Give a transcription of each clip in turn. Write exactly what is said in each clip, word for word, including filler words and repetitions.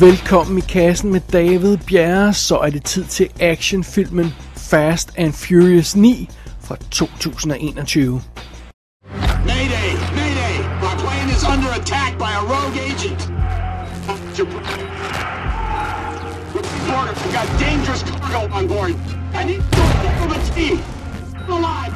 Velkommen i kassen med David Bjerre. Så er det tid til actionfilmen Fast and Furious ni fra to tusind og enogtyve. Mayday! Mayday! Our plane is under attack by a rogue agent. Reporter, we got dangerous cargo on board. I need to pull the team. Alive!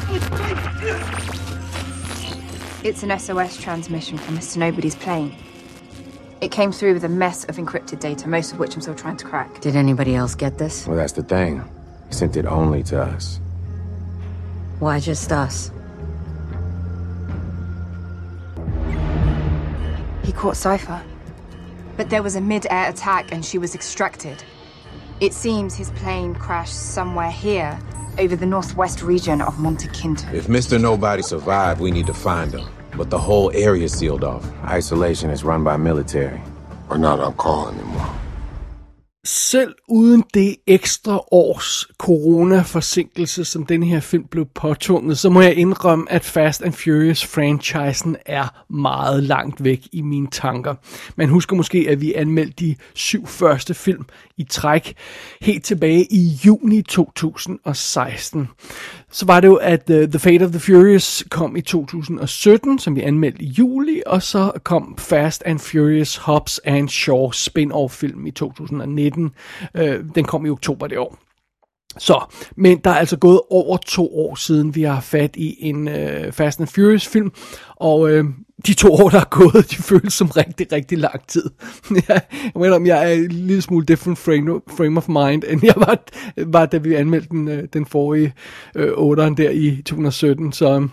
It's an S O S transmission from Mister Nobody's plane. It came through with a mess of encrypted data, most of which I'm still trying to crack. Did anybody else get this? Well, that's the thing. He sent it only to us. Why just us? He caught Cypher. But there was a mid-air attack and she was extracted. It seems his plane crashed somewhere here, over the northwest region of Monte Quinto. If Mister Nobody survived, we need to find him. But the whole area is sealed off. Isolation is run by military. We're not on call anymore. Selv uden det ekstra års corona-forsinkelse, som den her film blev påtvunget, så må jeg indrømme, at Fast and Furious-franchisen er meget langt væk i mine tanker. Man husker måske, at vi anmeldte de syv første film i træk helt tilbage i juni to tusind og seksten. Så var det jo, at uh, The Fate of the Furious kom i to tusind og sytten, som vi anmeldte i juli, og så kom Fast and Furious Hobbs and Shaw spin-off-film i to tusind og nitten. Uh, den kom i oktober det år. Så, men der er altså gået over to år siden, vi har fat i en uh, Fast and Furious film, og uh, de to år, der er gået, de føles som rigtig, rigtig lang tid. jeg mener, om jeg er en lille smule different frame, frame of mind, end jeg var, var da vi anmeldte den, uh, den forrige uh, otteren der i to tusind og sytten, så...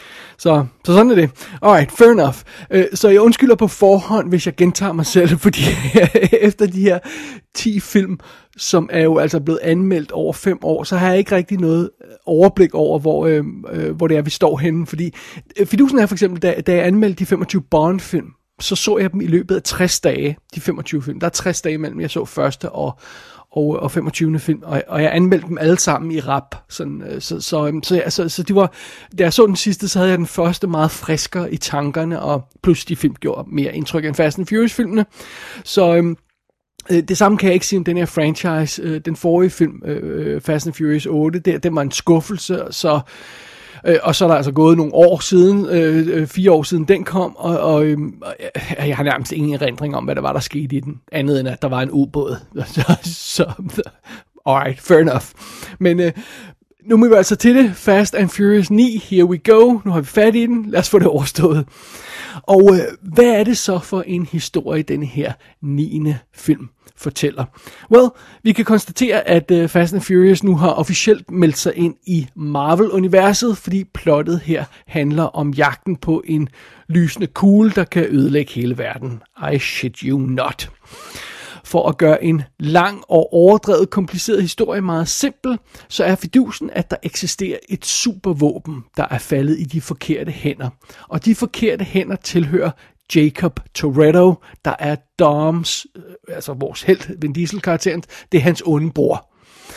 Så, så sådan er det. Alright, fair enough. Uh, så jeg undskylder på forhånd, hvis jeg gentager mig selv, fordi efter de her ti film, som er jo altså blevet anmeldt over fem år, så har jeg ikke rigtig noget overblik over, hvor, øh, øh, hvor det er, vi står henne. Fordi øh, fidusen er for eksempel, da, da jeg anmeldte de femogtyve Bond-film, så så jeg dem i løbet af tres dage, de femogtyve film. Der er tres dage mellem, jeg så første og... Og, og femogtyvende film, og, og jeg anmeldte dem alle sammen i rap, sådan, så, så, så, så, så de var, da jeg så den sidste, så havde jeg den første meget friskere i tankerne, og plus de film gjorde mere indtryk end Fast and Furious-filmene, så øhm, det samme kan jeg ikke sige om den her franchise. Øh, den forrige film, øh, Fast and Furious otte, det, det var en skuffelse, så Øh, og så er der altså gået nogle år siden, øh, fire år siden den kom, og, og øh, jeg har nærmest ingen erindring om, hvad der var, der skete i den, andet end at der var en ubåd. så, så alright, fair enough. Men øh, nu må vi altså til det. Fast and Furious ni, here we go. Nu har vi fat i den, lad os få det overstået. Og øh, hvad er det så for en historie, den her niende film fortæller? Well, vi kan konstatere, at uh, Fast and Furious nu har officielt meldt sig ind i Marvel-universet, fordi plottet her handler om jagten på en lysende kugle, der kan ødelægge hele verden. I shit you not. For at gøre en lang og overdrevet kompliceret historie meget simpel, så er fidusen, at der eksisterer et supervåben, der er faldet i de forkerte hænder. Og de forkerte hænder tilhører Jacob Toretto, der er Doms, altså vores helt, Vin Diesel-karakteren, det er hans onde bror.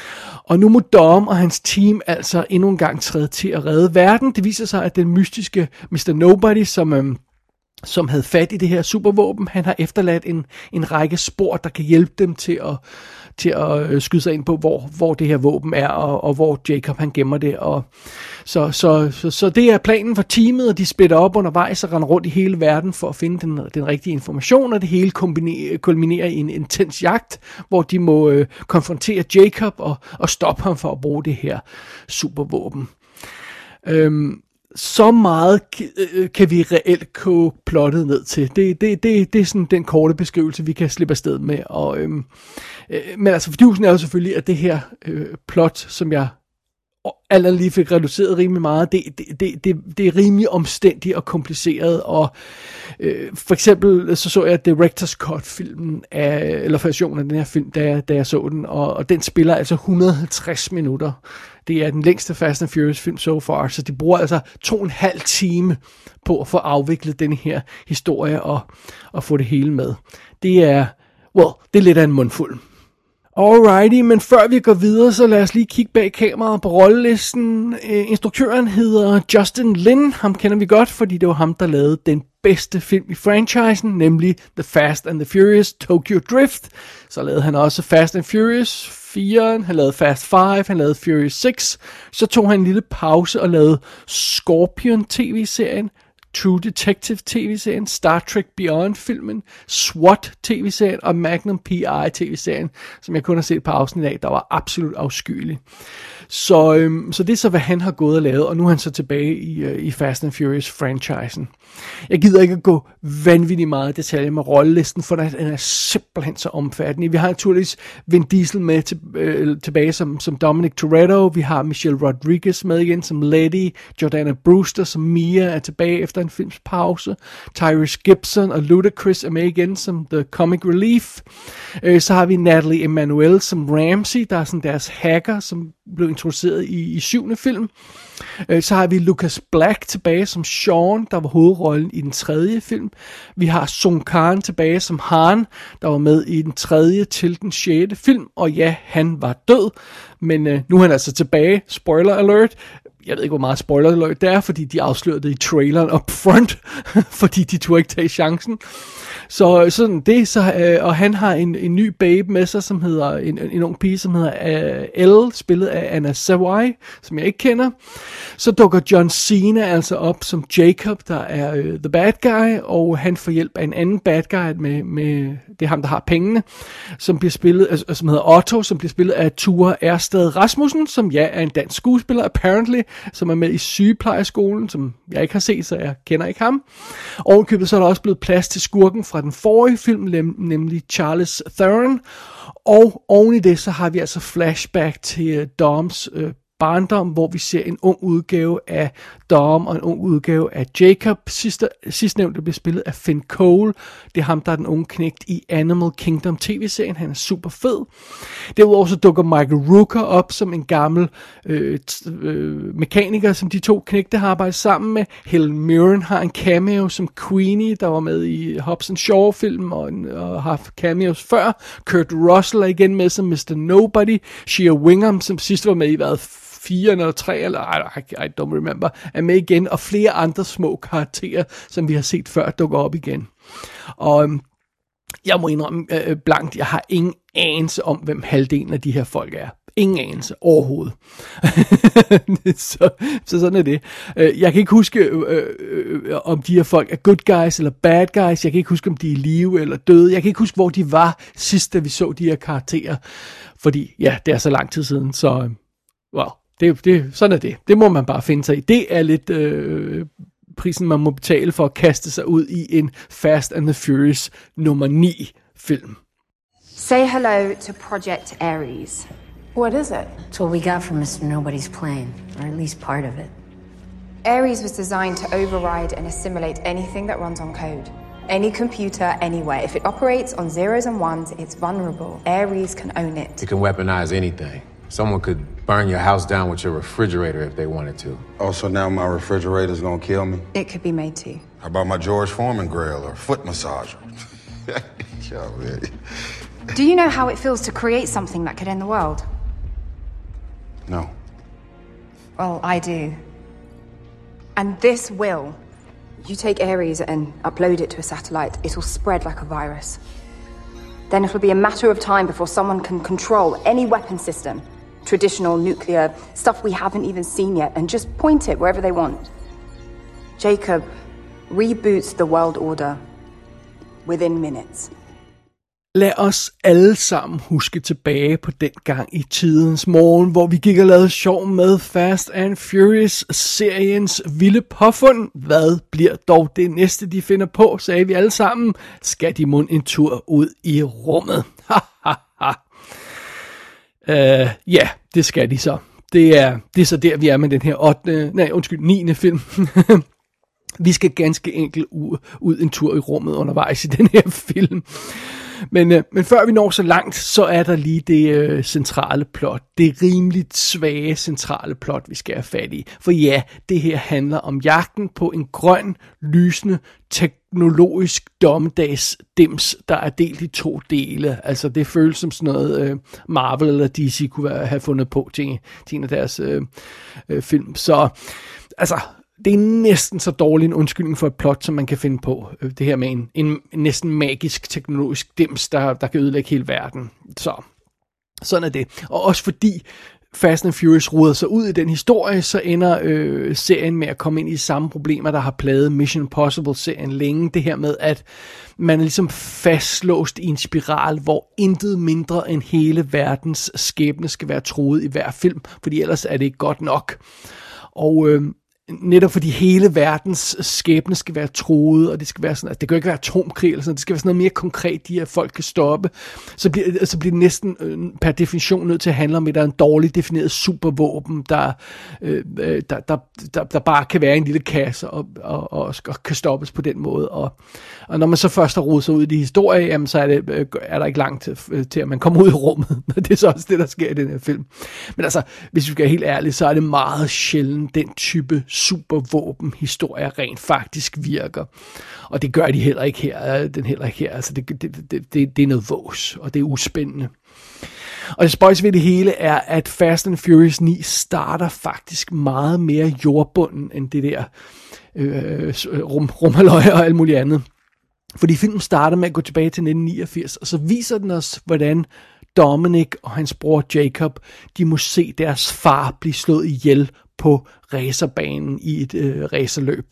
Og nu må Dom og hans team altså endnu en gang træde til at redde verden. Det viser sig, at den mystiske mister Nobody, som... Øhm, som havde fat i det her supervåben, han har efterladt en, en række spor, der kan hjælpe dem til at, til at skyde sig ind på, hvor, hvor det her våben er, og, og hvor Jacob han gemmer det. Og så, så, så, så det er planen for teamet, og de splitter op undervejs og render rundt i hele verden for at finde den, den rigtige information, og det hele kulminerer i en intens jagt, hvor de må øh, konfrontere Jacob og, og stoppe ham for at bruge det her supervåben. Øhm, Så meget kan vi reelt koge plottet ned til. Det, det, det, det er sådan den korte beskrivelse, vi kan slippe afsted med. Og, øhm, øh, men altså, fordyvelsen er jo selvfølgelig, at det her øh, plot, som jeg alt andet lige fik reduceret rimelig meget, det, det, det, det, det er rimelig omstændigt og kompliceret. Og øh, for eksempel så så jeg Director's Cut-filmen, af, eller versionen af den her film, da jeg, da jeg så den, og, og den spiller altså et hundrede og halvtreds minutter. Det er den længste Fast and Furious film so far, så de bruger altså to og en halv time på at få afviklet den her historie og, og få det hele med. Det er, well, det er lidt af en mundfuld. Alrighty, men før vi går videre, så lad os lige kigge bag kameraet på rollelisten. Uh, instruktøren hedder Justin Lin. Ham kender vi godt, fordi det var ham, der lavede den bedste film i franchisen, nemlig The Fast and the Furious Tokyo Drift. Så lavede han også Fast and Furious fire, han lavede Fast fem, han lavede Furious seks. Så tog han en lille pause og lavede Scorpion tv-serien, True Detective tv-serien, Star Trek Beyond-filmen, SWAT tv-serien og Magnum P I tv-serien, som jeg kun har set på afsnit af, der var absolut afskyelig. Så, øhm, så det er så, hvad han har gået og lavet, og nu er han så tilbage i, øh, i Fast and Furious-franchisen. Jeg gider ikke at gå vanvittigt meget i detaljer med rollelisten, for den er simpelthen så omfattende. Vi har naturligvis Vin Diesel med til, øh, tilbage som, som Dominic Toretto, vi har Michelle Rodriguez med igen som Letty, Jordana Brewster som Mia er tilbage efter en films pause, Tyrese Gibson og Ludacris er med igen som The Comic Relief. Øh, så har vi Natalie Emmanuel som Ramsey, der er sådan deres hacker, som blev introduceret i, i syvende film. Øh, så har vi Lucas Black tilbage som Sean, der var hovedrollen i den tredje film. Vi har Sung Khan tilbage som Han, der var med i den tredje til den sjette film. Og ja, han var død, men øh, nu er han altså tilbage. Spoiler alert. Jeg ved ikke, hvor meget spoiler alert det er, fordi de afslørede det i traileren up front, fordi de turde ikke tage chancen. Så sådan det, så, øh, og han har en, en ny babe med sig, som hedder, en, en ung pige, som hedder øh, Elle, spillet af Anna Sawai, som jeg ikke kender. Så dukker John Cena altså op som Jacob, der er øh, the bad guy, og han får hjælp af en anden bad guy, med, med det er ham, der har pengene, som bliver spillet, altså, som hedder Otto, som bliver spillet af Ture Ersted Rasmussen, som ja, er en dansk skuespiller, apparently, som er med i sygeplejerskolen, som jeg ikke har set, så jeg kender ikke ham. Ovenkøbet så er der også blevet plads til skurken fra den forrige film, nemlig Charles Theron. Og oven i det, så har vi altså flashback til Doms øh, barndom, hvor vi ser en ung udgave af Dom og en ung udgave af Jacob. Sidste, sidstnævnte bliver spillet af Finn Cole. Det er ham, der er den unge knægt i Animal Kingdom tv-serien. Han er super fed. Derudover så dukker Michael Rooker op som en gammel øh, øh, mekaniker, som de to knægte har arbejdet sammen med. Helen Mirren har en cameo som Queenie, der var med i Hobbs and Shaw-film og, og har haft cameos før. Kurt Russell er igen med som mister Nobody. Shea Wingham, som sidst var med i hvad fire eller tre, eller I, I don't remember, er med igen, og flere andre små karakterer, som vi har set før, dukker op igen. Og øhm, jeg må indrømme øh, blankt, jeg har ingen anelse om, hvem halvdelen af de her folk er. Ingen anelse overhovedet. så, så sådan er det. Jeg kan ikke huske, øh, øh, om de her folk er good guys eller bad guys. Jeg kan ikke huske, om de er i live eller døde. Jeg kan ikke huske, hvor de var sidst, da vi så de her karakterer. Fordi, ja, det er så lang tid siden, så wow. Det, det, sådan er det. Det må man bare finde sig i. Det er lidt øh, prisen, man må betale for at kaste sig ud i en Fast and the Furious nummer ni film. Say hello to Project Ares. What is it? It's what we got from mister Nobody's plan, or at least part of it. Ares was designed to override and assimilate anything that runs on code. Any computer, anywhere. If it operates on zeros and ones, it's vulnerable. Ares can own it. It can weaponize anything. Someone could burn your house down with your refrigerator if they wanted to. Oh, so now my refrigerator's gonna kill me? It could be made to. How about my George Foreman grill or foot massager? Yo, man. Do you know how it feels to create something that could end the world? No. Well, I do. And this will. You take Ares and upload it to a satellite, it'll spread like a virus. Then it'll be a matter of time before someone can control any weapon system. Traditional, nuclear, stuff we haven't even seen yet, and just point it wherever they want. Jacob reboots the world order within minutes. Lad os alle sammen huske tilbage på den gang i tidens morgen, hvor vi gik og lavede sjov med Fast and Furious-seriens vilde påfund. Hvad bliver dog det næste, de finder på, sagde vi alle sammen. Skal de mund en tur ud i rummet? Ja, uh, yeah, det skal de så. Det er, det er så der, vi er med den her ottende, nej, undskyld, niende film. Vi skal ganske enkelt ud, ud en tur i rummet undervejs i den her film. Men, øh, men før vi når så langt, så er der lige det øh, centrale plot. Det rimeligt svage centrale plot, vi skal have fat i. For ja, det her handler om jagten på en grøn, lysende, teknologisk dommedagsdims, der er delt i to dele. Altså det føles som sådan noget øh, Marvel eller D C kunne være, have fundet på til, til en af deres øh, øh, film. Så altså... det er næsten så dårlig en undskyldning for et plot, som man kan finde på. Det her med en, en, en næsten magisk teknologisk dims, der, der kan ødelægge hele verden. Så sådan er det. Og også fordi Fast and Furious ruder sig ud i den historie, så ender øh, serien med at komme ind i samme problemer, der har plaget Mission Impossible-serien længe. Det her med, at man er ligesom fastlåst i en spiral, hvor intet mindre end hele verdens skæbne skal være truet i hver film, fordi ellers er det ikke godt nok. Og øh, netop fordi hele verdens skæbne skal være truet, og det skal være sådan, at det kan ikke være atomkrig eller sådan, det skal være sådan noget mere konkret, de her folk kan stoppe, så bliver, så bliver det næsten øh, per definition nødt til at handle om, at der er en dårligt defineret supervåben, der, øh, der, der, der, der bare kan være en lille kasse og, og, og, og kan stoppes på den måde. Og, og når man så først har rodet sig ud i de historier, jamen, så er, det, øh, er der ikke langt til, til, at man kommer ud i rummet. Det er så også det, der sker i den her film. Men altså, hvis vi skal være helt ærlige, så er det meget sjældent den type supervåben-historier rent faktisk virker. Og det gør de heller ikke her. Den heller ikke her. Altså, det, det, det, det, det er noget vås, og det er uspændende. Og det spøjs ved det hele er, at Fast and Furious ni starter faktisk meget mere jordbunden end det der øh, rum, rumhalløj og alt muligt andet. Fordi filmen starter med at gå tilbage til nitten niogfirs, og så viser den os, hvordan Dominic og hans bror Jacob, de må se deres far blive slået ihjel på racerbanen i et øh, racerløb.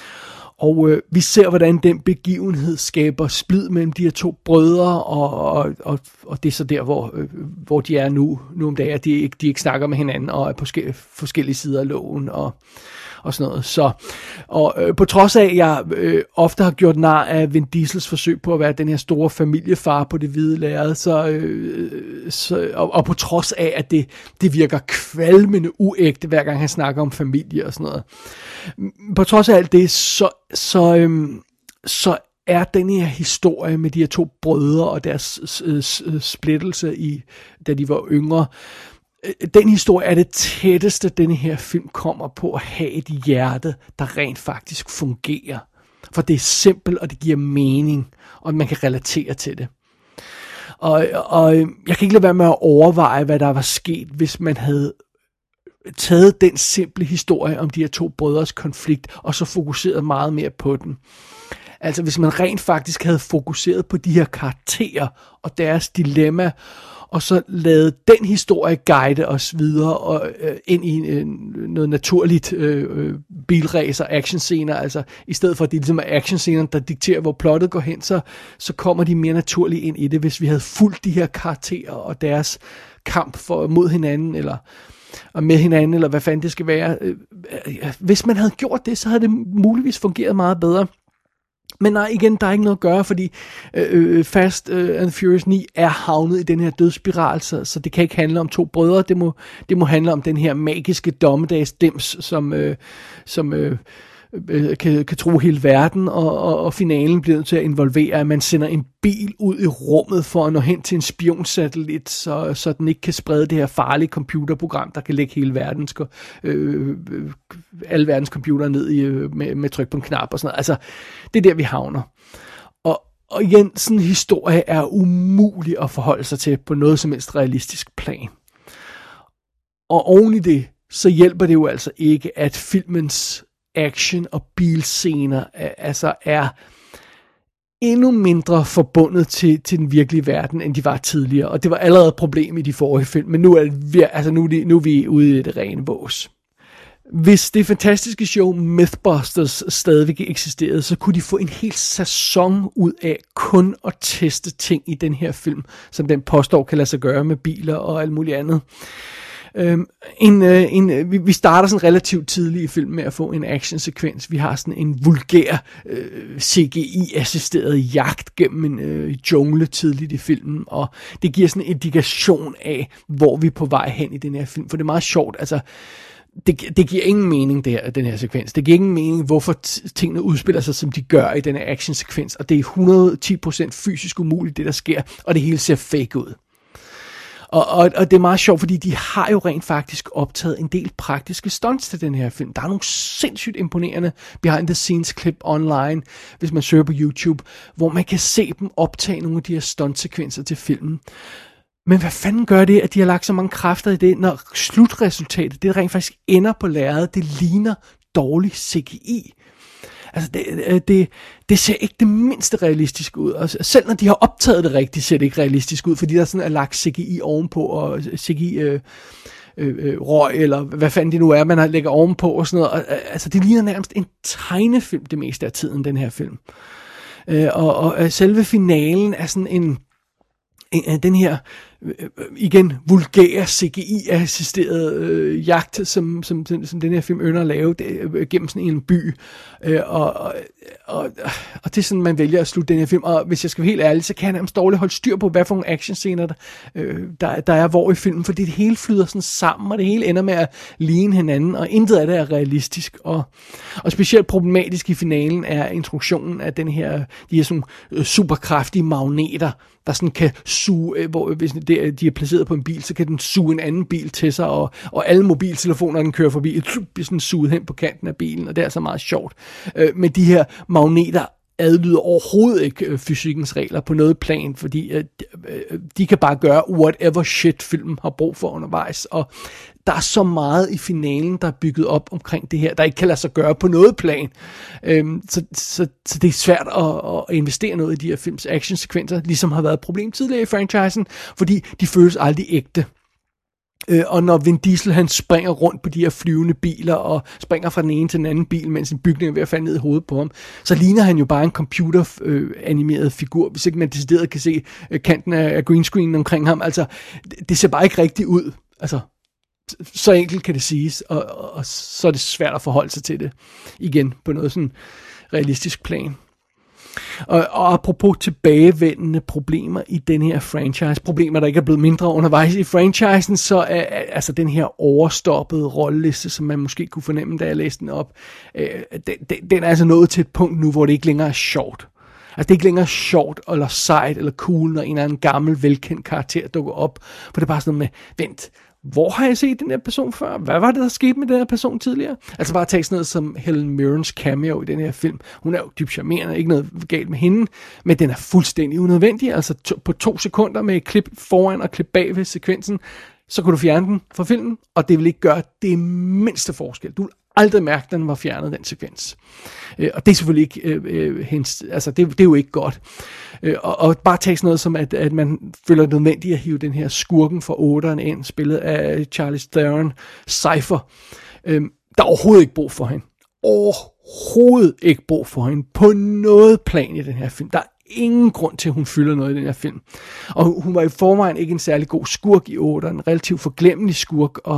Og øh, vi ser, hvordan den begivenhed skaber splid mellem de her to brødre, og, og, og, og det er så der, hvor, øh, hvor de er nu, nu om dagen. De ikke, de ikke snakker med hinanden, og er på ske, forskellige sider af loven, og, og sådan noget. Så, og øh, på trods af, at jeg øh, ofte har gjort nar af Vin Diesels forsøg på at være den her store familiefar på det hvide lærred, så, øh, så, og, og på trods af, at det, det virker kvalmende uægte, hver gang han snakker om familie og sådan noget. På trods af alt det, så, så, øhm, så er den her historie med de her to brødre og deres splittelse, i, da de var yngre, den historie er det tætteste, denne her film kommer på at have et hjerte, der rent faktisk fungerer. For det er simpelt, og det giver mening, og man kan relatere til det. Og, og jeg kan ikke lade være med at overveje, hvad der var sket, hvis man havde taget den simple historie om de her to brødres konflikt, og så fokuseret meget mere på den. Altså hvis man rent faktisk havde fokuseret på de her karakterer og deres dilemma, og så lavet den historie guide os videre og øh, ind i øh, noget naturligt øh, bilracer, actionscener, altså i stedet for at det ligesom er actionscener, der dikterer, hvor plottet går hen, så, så kommer de mere naturligt ind i det, hvis vi havde fulgt de her karakterer og deres kamp for, mod hinanden, eller og med hinanden, eller hvad fanden det skal være. Hvis man havde gjort det, så havde det muligvis fungeret meget bedre. Men nej, igen, der er ikke noget at gøre, fordi øh, Fast øh, and Furious ni er havnet i den her dødsspiral, så, så det kan ikke handle om to brødre, det må, det må handle om den her magiske dommedagsdims, som, øh, som øh, øh, kan, kan tro hele verden, og, og, og finalen bliver nødt til at involvere, at man sender en bil ud i rummet for at nå hen til en spionsatellit, så, så den ikke kan sprede det her farlige computerprogram, der kan lægge hele verdens, øh, alle verdens computere ned i, med, med tryk på en knap og sådan noget. Altså, det er der, vi havner. Og, og igen, sådan en historie er umulig at forholde sig til på noget som helst realistisk plan. Og oven i det, så hjælper det jo altså ikke, at filmens action og bilscener altså er endnu mindre forbundet til, til den virkelige verden, end de var tidligere. Og det var allerede et problem i de forrige film, men nu er, vi, altså nu, er de, nu er vi ude i det rene vås. Hvis det fantastiske show Mythbusters stadigvæk eksisterede, så kunne de få en hel sæson ud af kun at teste ting i den her film, som den påstår kan lade sig gøre med biler og alt muligt andet. Øhm, en, øh, en, vi, vi starter sådan relativt tidligt i filmen med at få en actionsekvens. Vi har sådan en vulgær øh, C G I-assisteret jagt gennem en øh, jungle tidligt i filmen, og det giver sådan en indikation af, hvor vi er på vej hen i den her film, for det er meget sjovt. Altså, det, det giver ingen mening, det her, den her sekvens. Det giver ingen mening, hvorfor t- tingene udspiller sig, som de gør i den her actionsekvens, og det er et hundrede og ti procent fysisk umuligt, det der sker, og det hele ser fake ud. Og, og, og det er meget sjovt, fordi de har jo rent faktisk optaget en del praktiske stunts til den her film. Der er nogle sindssygt imponerende behind the scenes klip online, hvis man søger på YouTube, hvor man kan se dem optage nogle af de her stuntsekvenser til filmen. Men hvad fanden gør det, at de har lagt så mange kræfter i det, når slutresultatet, det rent faktisk ender på lærredet, det ligner dårlig C G I. Altså, det, det, det ser ikke det mindste realistisk ud. Og selv når de har optaget det rigtigt, ser det ikke realistisk ud, fordi der sådan er lagt C G I ovenpå, og C G I øh, øh, røg, eller hvad fanden det nu er, man har lægger ovenpå og sådan noget. Og, altså, det ligner nærmest en tegnefilm det meste af tiden, den her film. Øh, og, og selve finalen er sådan en, en den her igen vulgære C G I-assisteret øh, jagt, som, som, som den her film ynder at lave det, øh, gennem sådan en by. Øh, og, og, og, og det er sådan, man vælger at slutte den her film. Og hvis jeg skal være helt ærlig, så kan jeg nærmest dårligt holde styr på, hvad for nogle actionscener, der, øh, der, der er hvor i filmen, fordi det hele flyder sådan sammen, og det hele ender med at ligne hinanden, og intet af det er realistisk. Og, og specielt problematisk i finalen er introduktionen af den her, de her sådan øh, superkraftige magneter, der sådan kan suge, hvor hvis det, de er placeret på en bil, så kan den suge en anden bil til sig, og, og alle mobiltelefoner, den kører forbi, bliver sådan suget hen på kanten af bilen, og det er så meget sjovt. Øh, men de her magneter adlyder overhovedet ikke øh, fysikkens regler på noget plan, fordi øh, de kan bare gøre whatever shit filmen har brug for undervejs, og der er så meget i finalen, der er bygget op omkring det her, der ikke kan lade sig gøre på noget plan. Øhm, så, så, så det er svært at, at investere noget i de her films actionsekvenser, ligesom har været et problem tidligere i franchisen, fordi de føles aldrig ægte. Øh, og når Vin Diesel han springer rundt på de her flyvende biler og springer fra den ene til den anden bil, mens en bygning er ved at falde ned i hovedet på ham, så ligner han jo bare en computeranimeret øh, figur, hvis ikke man decideret kan se øh, kanten af, af greenscreenen omkring ham. Altså, det, det ser bare ikke rigtigt ud. Altså, så enkelt kan det siges, og, og, og så er det svært at forholde sig til det igen på noget sådan realistisk plan. Og, og apropos tilbagevendende problemer i den her franchise, problemer der ikke er blevet mindre undervejs i franchisen, så er altså den her overstoppede rolleliste, som man måske kunne fornemme, da jeg læste den op, øh, den, den, den er altså nået til et punkt nu, hvor det ikke længere er sjovt. Altså det er ikke længere sjovt, eller sejt, eller cool, når en eller anden gammel, velkendt karakter dukker op, for det er bare sådan noget med, vent, hvor har jeg set den her person før? Hvad var det, der skete med den her person tidligere? Altså bare tage sådan noget som Helen Mirrens cameo i den her film. Hun er jo dybt charmerende, ikke noget galt med hende, men den er fuldstændig unødvendig. Altså to, på to sekunder med et klip foran og klip bag ved sekvensen, så kunne du fjerne den fra filmen, og det vil ikke gøre det mindste forskel. Du vil aldrig mærke, at den var fjernet, den sekvens. Øh, og det er selvfølgelig ikke øh, øh, hendes, altså det, det er jo ikke godt. Øh, og, og bare tage sådan noget som, at, at man føler det nødvendigt at hive den her skurken fra otteren ind, spillet af Charlize Theron, Cypher. Øh, der er overhovedet ikke brug for hende. Overhovedet ikke brug for hende på noget plan i den her film. Der er ingen grund til, at hun fylder noget i den her film. Og hun var i forvejen ikke en særlig god skurk i otteren, en relativt forglemmelig skurk, og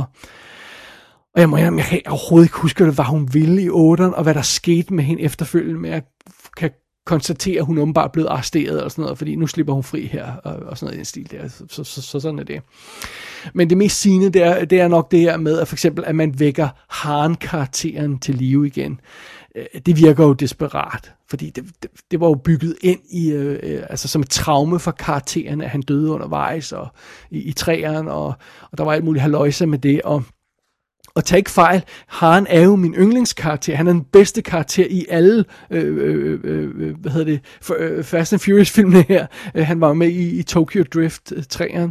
Og jeg må jeg kan overhovedet ikke huske, hvad hun ville i otteren, og hvad der skete med hende efterfølgende, med at kan konstatere, at hun åbenbart er blevet arresteret, eller sådan noget, fordi nu slipper hun fri her, og, og sådan noget i den stil der. Så, så, så, så sådan er det. Men det mest sigende, det er, det er nok det her med, at for eksempel, at man vækker Han-karakteren til live igen. Det virker jo desperat, fordi det, det, det var jo bygget ind i, øh, altså som et traume for karakteren, at han døde undervejs, og i, i træerne, og, og der var alt muligt halløjse med det, og Og tag ikke fejl, Han er jo min yndlingskarakter. Han er den bedste karakter i alle øh, øh, øh, hvad hedder det, for, øh, Fast and Furious filmene her. Øh, han var med i, i Tokyo Drift treeren.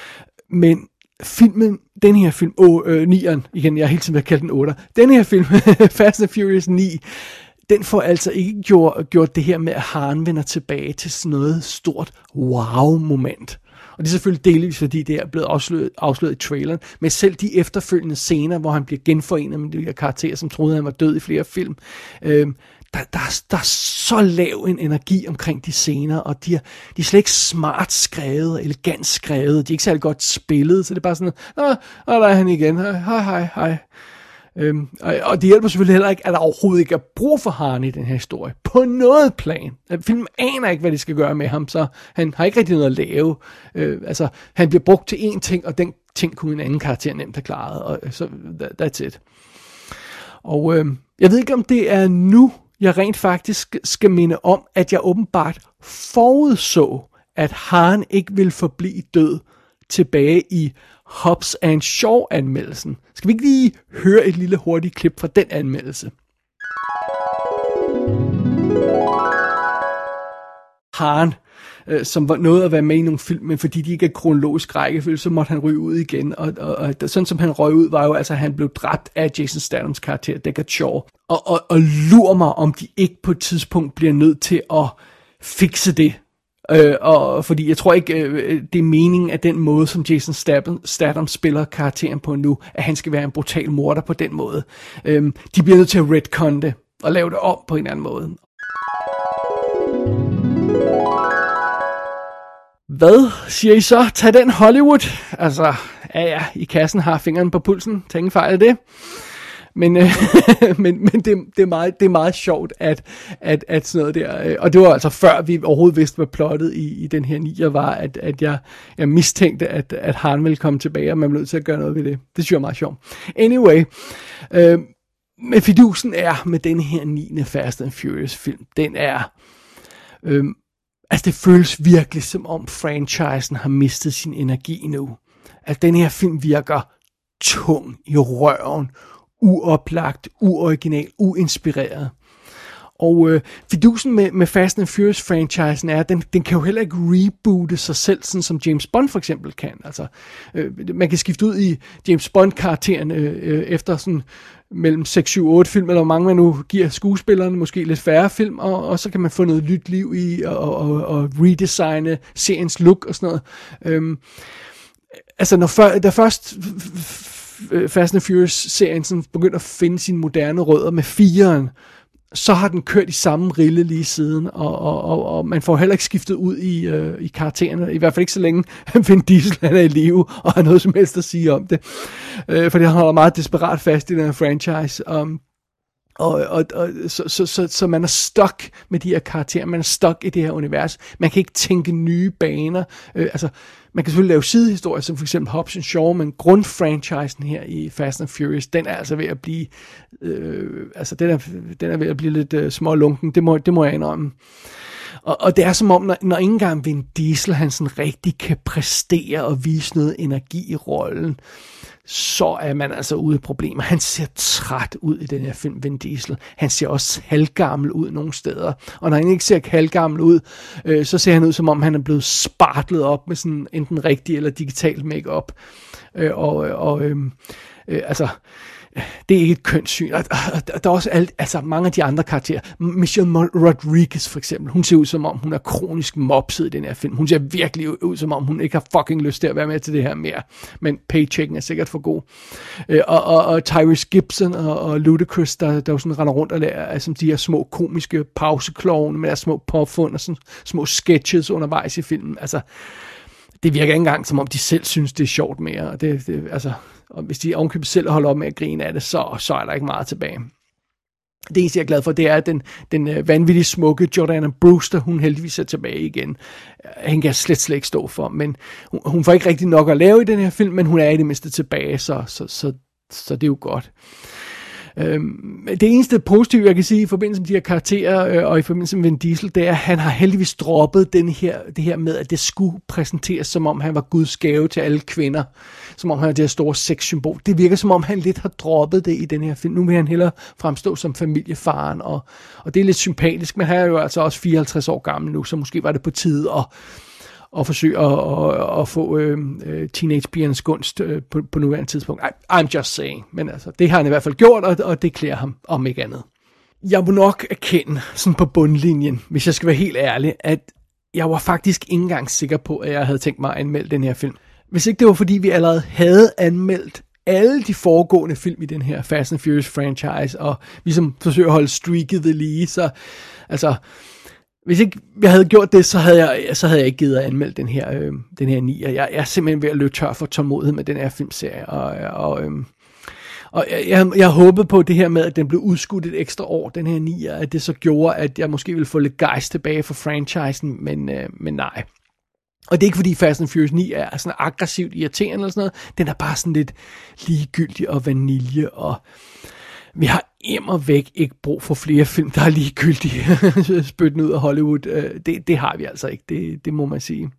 Men filmen, den her film, oh, øh, nieren, igen, jeg har hele tiden været kaldt den otter. Den her film, Fast and Furious ni, den får altså ikke gjort, gjort det her med, at Han vender tilbage til sådan noget stort wow-moment. Og det er selvfølgelig delvis, fordi det er blevet afsløret, afsløret i traileren, men selv de efterfølgende scener, hvor han bliver genforenet med de her karakterer, som troede, han var død i flere film, øh, der, der, der er så lav en energi omkring de scener, og de er, de er slet ikke smart skrevet og elegant skrevet, de er ikke særlig godt spillet, så det er bare sådan, åh, der er han igen, hej, hej, hej. Øhm, og, og det hjælper selvfølgelig heller ikke, at der overhovedet ikke er brug for Han i den her historie. På noget plan. Filmen aner ikke, hvad de skal gøre med ham, så han har ikke rigtig noget at lave. Øh, altså, han bliver brugt til én ting, og den ting kunne en anden karakter nemt have klaret. Og så, that's it. Og øh, jeg ved ikke, om det er nu, jeg rent faktisk skal minde om, at jeg åbenbart forudså, at Han ikke vil forblive død tilbage i Hobbs and Shaw-anmeldelsen. Skal vi ikke lige høre et lille hurtigt klip fra den anmeldelse? Han, øh, som var noget at være med i nogle film, men fordi de ikke er kronologisk rækkefølge, så måtte han ryge ud igen. Og, og, og sådan som han røg ud, var jo altså, at han blev dræbt af Jason Statham's karakter, Deckard Shaw. Og, og, og lur mig, om de ikke på et tidspunkt bliver nødt til at fikse det. Øh, og fordi jeg tror ikke, øh, det er meningen af den måde, som Jason Statham, Statham spiller karakteren på nu, at han skal være en brutal morder på den måde. Øh, de bliver nødt til at retcon det og lave det om på en eller anden måde. Hvad siger I så? Tag den Hollywood. Altså, ja ja, i kassen har fingeren på pulsen. Tag ingen fejl af det. Men, øh, men, men det, det, er meget, det er meget sjovt, at, at, at sådan noget der, øh, og det var altså før vi overhovedet vidste, hvad plottet i, i den her nier var, at, at jeg, jeg mistænkte, at, at Han ville komme tilbage, og man blev nødt til at gøre noget ved det. Det synes jeg er meget sjovt. Anyway, øh, men fidusen er med den her niende Fast and Furious film, den er, øh, altså det føles virkelig som om franchisen har mistet sin energi nu. Altså den her film virker tung i røven, uoplagt, uoriginal, uinspireret. Og øh, fidusen med, med Fast and Furious-franchisen er, at den, den kan jo heller ikke reboote sig selv, sådan som James Bond for eksempel kan. Altså, øh, man kan skifte ud i James Bond-karakteren øh, efter sådan mellem seks, syv, otte film, eller hvor mange man nu giver skuespillerne, måske lidt færre film, og, og så kan man få noget nyt liv i, og, og, og redesigne seriens look og sådan noget. Øhm, altså, når før, der først Fast and Furious-serien sådan begyndte at finde sine moderne rødder med fireren, så har den kørt i samme rille lige siden, og, og, og, og man får heller ikke skiftet ud i, øh, i karaktererne, i hvert fald ikke så længe Vin Diesel er i live, og har noget som helst at sige om det, øh, fordi han holder meget desperat fast i den her franchise, um, og, og, og så, så, så, så man er stuck med de her karakterer, man er stuck i det her univers, man kan ikke tænke nye baner, øh, altså man kan selvfølgelig lave sidehistorier, som for eksempel Hobbs and Shaw, men grundfranchisen her i Fast and Furious, den er altså ved at blive, øh, altså den er, den er ved at blive lidt øh, smålunken, det må, det må jeg indrømme. Og, og det er som om, når, når ikke engang Vin Diesel, han sådan rigtig kan præstere og vise noget energi i rollen, så er man altså ude i problemer. Han ser træt ud i den her film, Vin Diesel. Han ser også halvgammel ud nogle steder. Og når han ikke ser halvgammel ud, øh, så ser han ud, som om han er blevet spartlet op med sådan enten rigtig eller digital make-up. Øh, og og øh, øh, altså... Det er ikke et kønssyn. Og, og, og der er også alt, altså mange af de andre karakterer. Michelle Rodriguez for eksempel. Hun ser ud som om, hun er kronisk mopset i den her film. Hun ser virkelig ud som om, hun ikke har fucking lyst til at være med til det her mere. Men paychecken er sikkert for god. Øh, og, og, og Tyrese Gibson og, og Ludacris, der, der jo sådan render rundt og lærer, altså de her små komiske pauseklovne med deres små påfund og sådan små sketches undervejs i filmen. Altså, det virker ikke engang, som om de selv synes, det er sjovt mere. Og det, det, altså... Og hvis de ovenkøbet selv holder op med at grine af det, så, så er der ikke meget tilbage. Det eneste, jeg er glad for, det er, at den, den vanvittigt smukke Jordana Brewster, hun heldigvis er tilbage igen. Hende kan jeg slet, slet ikke stå for, men hun, hun får ikke rigtig nok at lave i den her film, men hun er i det mindste tilbage, så, så, så, så det er jo godt. Øhm, det eneste positive, jeg kan sige i forbindelse med de her karakterer, øh, og i forbindelse med Vin Diesel, det er, at han har heldigvis droppet den her, det her med, at det skulle præsenteres, som om han var Guds gave til alle kvinder. Som om han er det her store sexsymbol. Det virker som om, han lidt har droppet det i den her film. Nu vil han hellere fremstå som familiefaren, og, og det er lidt sympatisk, men han er jo altså også fireoghalvtreds år gammel nu, så måske var det på tide at og forsøge at, at, at få øh, teenagepigernes gunst øh, på, på nuværende tidspunkt. I, I'm just saying. Men altså, det har han i hvert fald gjort, og, og det klæder ham om ikke andet. Jeg må nok erkende, sådan på bundlinjen, hvis jeg skal være helt ærlig, at jeg var faktisk ikke engang sikker på, at jeg havde tænkt mig at anmelde den her film. Hvis ikke det var, fordi vi allerede havde anmeldt alle de foregående film i den her Fast and Furious franchise, og vi som forsøger at holde streaket ved lige, så altså... Hvis ikke jeg havde gjort det, så havde jeg, så havde jeg ikke givet at anmelde den her, øh, den her nier. Jeg, jeg er simpelthen ved at løbe tør for tålmodighed med den her filmserie. Og, og, øh, og jeg, jeg, jeg håbede på det her med, at den blev udskudt et ekstra år, den her nier, at det så gjorde, at jeg måske ville få lidt gejst tilbage for franchisen, men, øh, men nej. Og det er ikke fordi Fast and Furious ni er sådan aggressivt irriterende eller sådan noget. Den er bare sådan lidt ligegyldig og vanilje, og vi har immervæk ikke brug for flere film, der er ligegyldige spytten ud af Hollywood. Det, det har vi altså ikke, det, det må man sige.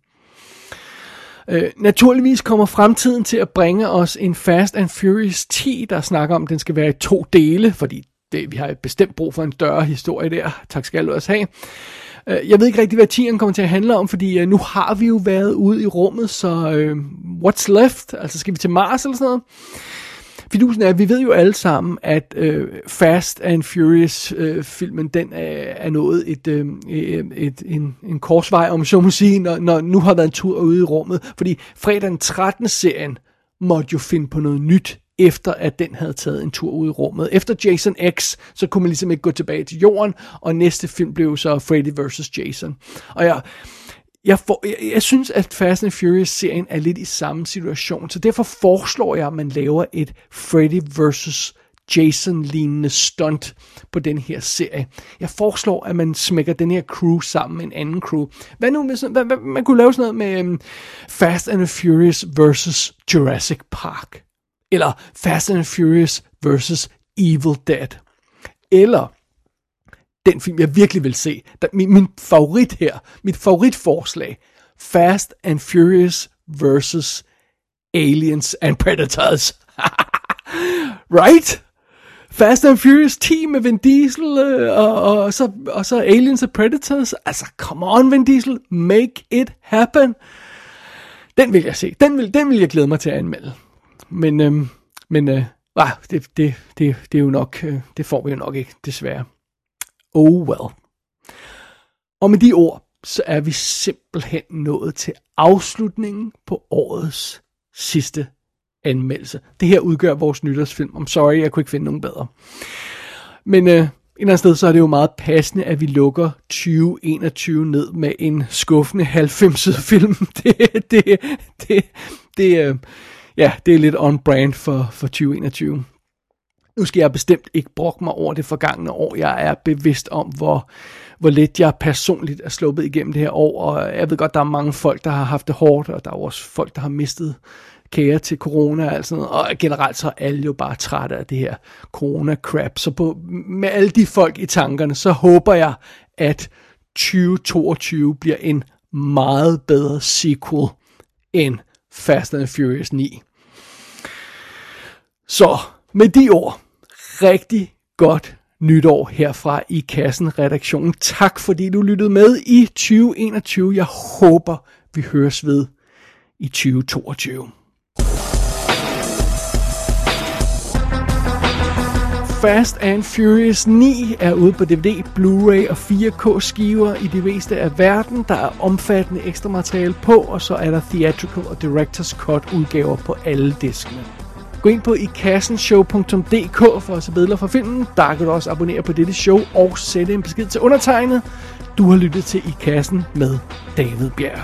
Uh, naturligvis kommer fremtiden til at bringe os en Fast and Furious ti, der snakker om, at den skal være i to dele, fordi det, vi har bestemt brug for en større historie der. Tak skal du også have. Uh, jeg ved ikke rigtig, hvad tieren kommer til at handle om, fordi uh, nu har vi jo været ude i rummet, så uh, what's left? Altså skal vi til Mars eller sådan noget? Fidusen er, at vi ved jo alle sammen, at øh, Fast and Furious øh, filmen, den er, er nået et, øh, et, en, en korsvej, om så må sige, når, når nu har været en tur ude i rummet. Fordi fredag den trettende serien måtte jo finde på noget nyt, efter at den havde taget en tur ude i rummet. Efter Jason X, så kunne man ligesom ikke gå tilbage til jorden, og næste film blev så Freddy versus. Jason. Og jeg... Jeg, for, jeg, jeg synes, at Fast and Furious-serien er lidt i samme situation, så derfor foreslår jeg, at man laver et Freddy versus. Jason-lignende stunt på den her serie. Jeg foreslår, at man smækker den her crew sammen med en anden crew. Hvad nu, hvis hvad, hvad, man kunne lave sådan noget med um, Fast and Furious versus. Jurassic Park, eller Fast and Furious versus. Evil Dead, eller den film, jeg virkelig vil se. Der, min, min favorit her, mit favoritforslag, Fast and Furious versus. Aliens and Predators. Right? Fast and Furious ti med Vin Diesel, øh, og, og, så, og så Aliens and Predators. Altså, come on, Vin Diesel, make it happen. Den vil jeg se. Den vil, den vil jeg glæde mig til at anmelde. Men, øh, men øh, ah, det, det, det, det er jo nok, øh, det får vi jo nok ikke, desværre. Oh well. Og med de ord, så er vi simpelthen nået til afslutningen på årets sidste anmeldelse. Det her udgør vores nytårsfilm. I'm sorry, jeg kunne ikke finde nogen bedre. Men øh, et eller andet sted, så er det jo meget passende, at vi lukker tyve enogtyve ned med en skuffende halvfemset film. Det, det, det, det, øh, ja, det er lidt on brand for, for tyve enogtyve. Nu skal jeg bestemt ikke brokke mig over det forgangne år. Jeg er bevidst om, hvor, hvor lidt jeg personligt er sluppet igennem det her år, og jeg ved godt, der er mange folk, der har haft det hårdt, og der er også folk, der har mistet kære til corona og alt sådan noget, og generelt så er alle jo bare trætte af det her corona-crap. Så på, med alle de folk i tankerne, så håber jeg, at tyve toogtyve bliver en meget bedre sequel end Fast and Furious ni. Så med de ord, rigtig godt nytår herfra i Kassen-redaktionen. Tak fordi du lyttede med i tyve enogtyve. Jeg håber, vi høres ved i tyve toogtyve. Fast and Furious ni er ude på D V D, Blu-ray og fire K skiver i det meste af verden. Der er omfattende ekstra materiale på, og så er der theatrical og director's cut udgaver på alle diskene. Gå ind på i kassen show punktum d k for at se billeder fra filmen. Der kan du også abonnere på dette show og sætte en besked til undertegnet. Du har lyttet til I Kassen med David Bjerg.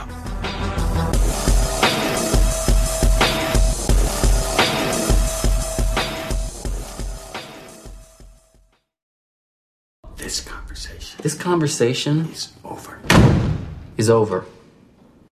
This conversation. This conversation is over. Is over.